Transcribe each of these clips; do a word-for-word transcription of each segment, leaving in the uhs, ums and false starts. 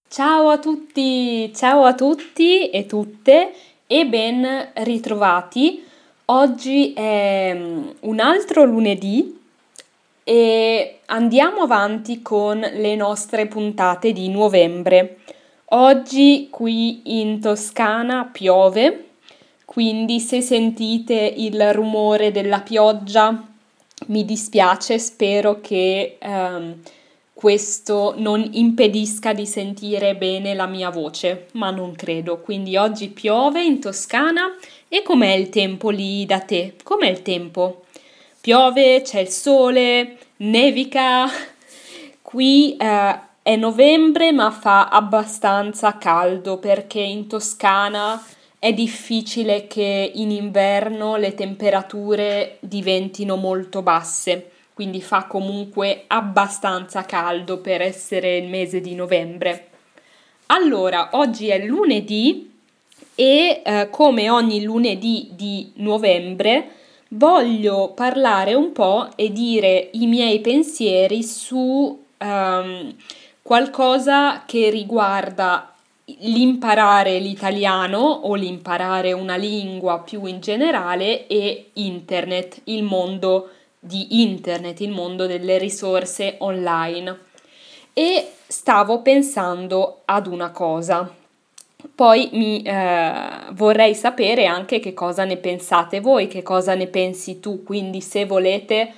Ciao a tutti, ciao a tutti e tutte e ben ritrovati. Oggi è mm, un altro lunedì e andiamo avanti con le nostre puntate di novembre. Oggi qui in Toscana piove, quindi se sentite il rumore della pioggia mi dispiace, spero che ehm, questo non impedisca di sentire bene la mia voce, ma non credo. Quindi oggi piove in Toscana e com'è il tempo lì da te? Com'è il tempo? Piove, c'è il sole, nevica. Qui eh, è novembre ma fa abbastanza caldo perché in Toscana è difficile che in inverno le temperature diventino molto basse, quindi fa comunque abbastanza caldo per essere il mese di novembre. Allora, oggi è lunedì e eh, come ogni lunedì di novembre voglio parlare un po' e dire i miei pensieri su ehm, qualcosa che riguarda l'imparare l'italiano o l'imparare una lingua più in generale e internet, il mondo di internet, il mondo delle risorse online. E stavo pensando ad una cosa. Poi mi eh, vorrei sapere anche che cosa ne pensate voi, che cosa ne pensi tu, quindi se volete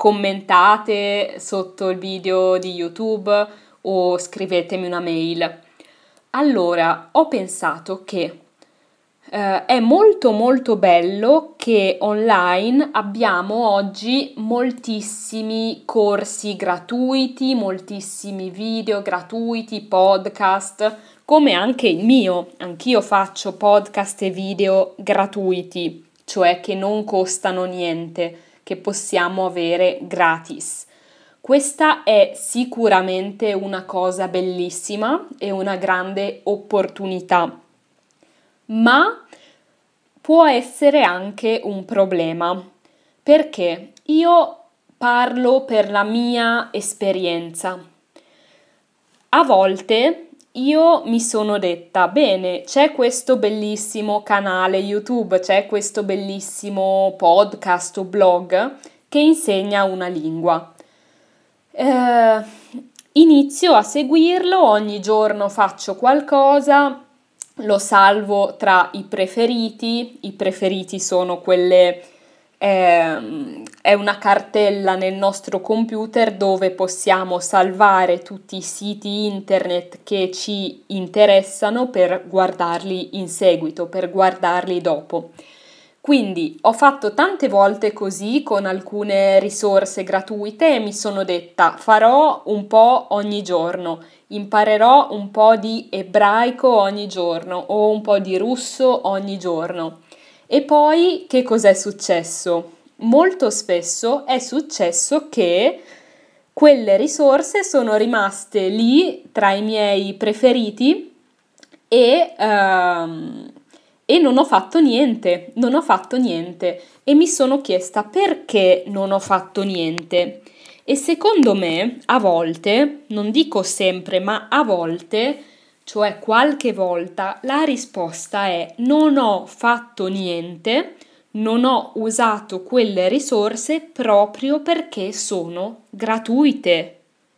commentate sotto il video di YouTube o scrivetemi una mail. Allora, ho pensato che eh, è molto molto bello che online abbiamo oggi moltissimi corsi gratuiti, moltissimi video gratuiti, podcast, come anche il mio. Anch'io faccio podcast e video gratuiti, cioè che non costano niente, che possiamo avere gratis. Questa è sicuramente una cosa bellissima e una grande opportunità, ma può essere anche un problema, perché io parlo per la mia esperienza. A volte io mi sono detta, bene, c'è questo bellissimo canale YouTube, c'è questo bellissimo podcast o blog che insegna una lingua. Eh, inizio a seguirlo, ogni giorno faccio qualcosa, lo salvo tra i preferiti. I preferiti sono quelle, ehm, è una cartella nel nostro computer dove possiamo salvare tutti i siti internet che ci interessano per guardarli in seguito, per guardarli dopo. Quindi ho fatto tante volte così con alcune risorse gratuite e mi sono detta farò un po' ogni giorno, imparerò un po' di ebraico ogni giorno o un po' di russo ogni giorno. E poi che cos'è successo? Molto spesso è successo che quelle risorse sono rimaste lì tra i miei preferiti e, ehm, e non ho fatto niente, non ho fatto niente e mi sono chiesta perché non ho fatto niente. E secondo me, a volte, non dico sempre, ma a volte, cioè qualche volta, la risposta è non ho fatto niente, non ho usato quelle risorse proprio perché sono gratuite.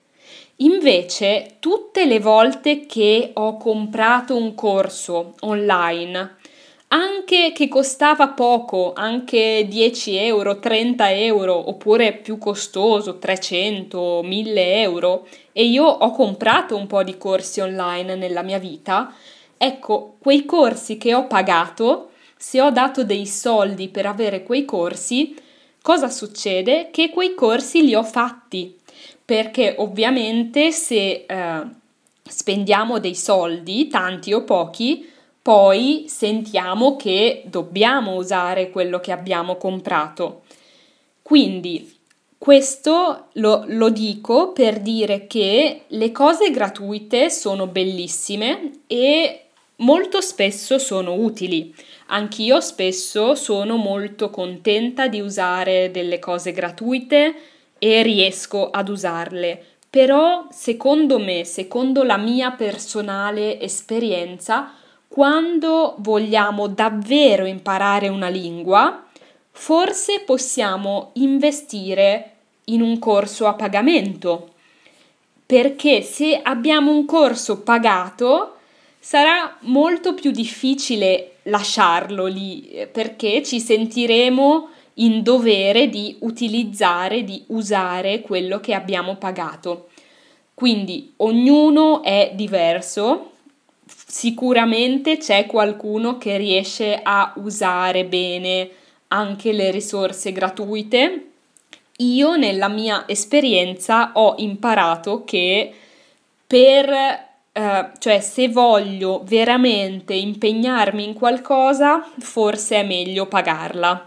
Invece, tutte le volte che ho comprato un corso online, anche che costava poco, anche dieci euro, trenta euro, oppure più costoso, trecento, mille euro, e io ho comprato un po' di corsi online nella mia vita, ecco, quei corsi che ho pagato, se ho dato dei soldi per avere quei corsi, cosa succede? Che quei corsi li ho fatti, perché ovviamente se eh, spendiamo dei soldi, tanti o pochi, poi sentiamo che dobbiamo usare quello che abbiamo comprato. Quindi questo lo, lo dico per dire che le cose gratuite sono bellissime e molto spesso sono utili. Anch'io spesso sono molto contenta di usare delle cose gratuite e riesco ad usarle. però secondo me, secondo la mia personale esperienza, quando vogliamo davvero imparare una lingua, forse possiamo investire in un corso a pagamento, perché se abbiamo un corso pagato sarà molto più difficile lasciarlo lì, perché ci sentiremo in dovere di utilizzare, di usare quello che abbiamo pagato. Quindi ognuno è diverso. Sicuramente c'è qualcuno che riesce a usare bene anche le risorse gratuite. Io nella mia esperienza ho imparato che per, eh, cioè se voglio veramente impegnarmi in qualcosa, forse è meglio pagarla.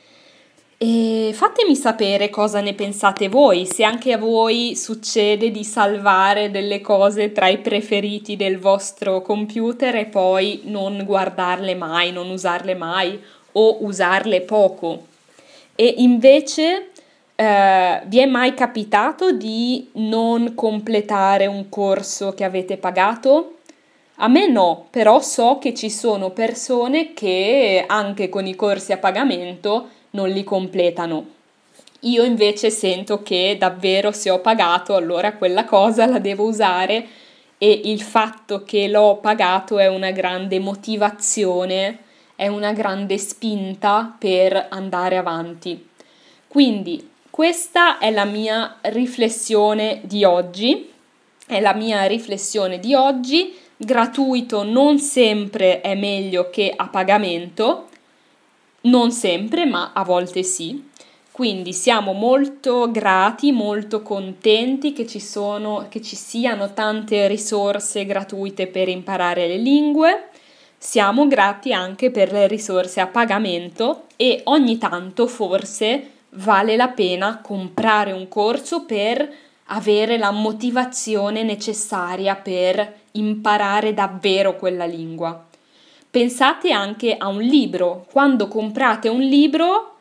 E fatemi sapere cosa ne pensate voi, se anche a voi succede di salvare delle cose tra i preferiti del vostro computer e poi non guardarle mai, non usarle mai o usarle poco. E invece eh, vi è mai capitato di non completare un corso che avete pagato? A me no, però so che ci sono persone che anche con i corsi a pagamento non li completano. Io invece sento che davvero se ho pagato, allora quella cosa la devo usare e il fatto che l'ho pagato è una grande motivazione, è una grande spinta per andare avanti. Quindi questa è la mia riflessione di oggi, è la mia riflessione di oggi. Gratuito non sempre è meglio che a pagamento, non sempre, ma a volte sì. Quindi siamo molto grati, molto contenti che ci sono, che ci siano tante risorse gratuite per imparare le lingue. Siamo grati anche per le risorse a pagamento e ogni tanto forse vale la pena comprare un corso per avere la motivazione necessaria per imparare davvero quella lingua. Pensate anche a un libro. Quando comprate un libro,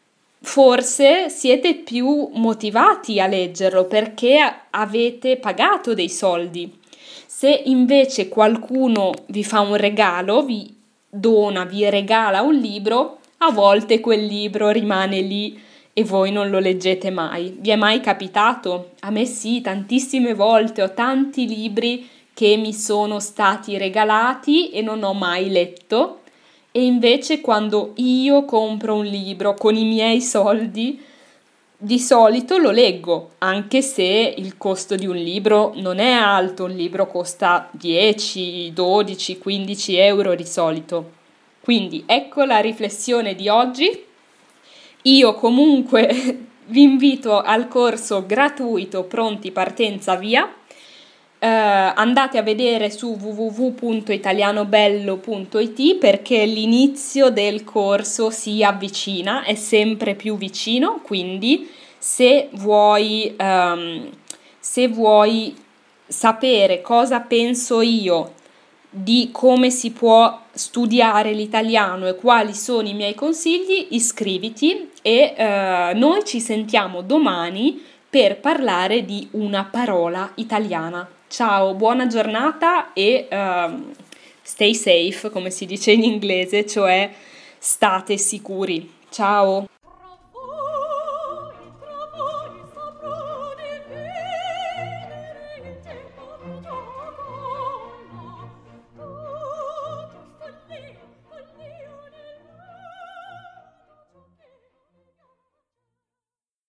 forse siete più motivati a leggerlo perché avete pagato dei soldi. Se invece qualcuno vi fa un regalo, vi dona, vi regala un libro, a volte quel libro rimane lì e voi non lo leggete mai. Vi è mai capitato? A me sì, tantissime volte ho tanti libri che mi sono stati regalati e non ho mai letto, e invece quando io compro un libro con i miei soldi, di solito lo leggo, anche se il costo di un libro non è alto, un libro costa dieci, dodici, quindici euro di solito. Quindi ecco la riflessione di oggi. Io comunque vi invito al corso gratuito Pronti Partenza Via. Uh, andate a vedere su w w w punto italianobello punto i t perché l'inizio del corso si avvicina, è sempre più vicino, quindi se vuoi, um, se vuoi sapere cosa penso io di come si può studiare l'italiano e quali sono i miei consigli, iscriviti e uh, noi ci sentiamo domani per parlare di una parola italiana. Ciao, buona giornata e um, stay safe, come si dice in inglese, cioè state sicuri. Ciao!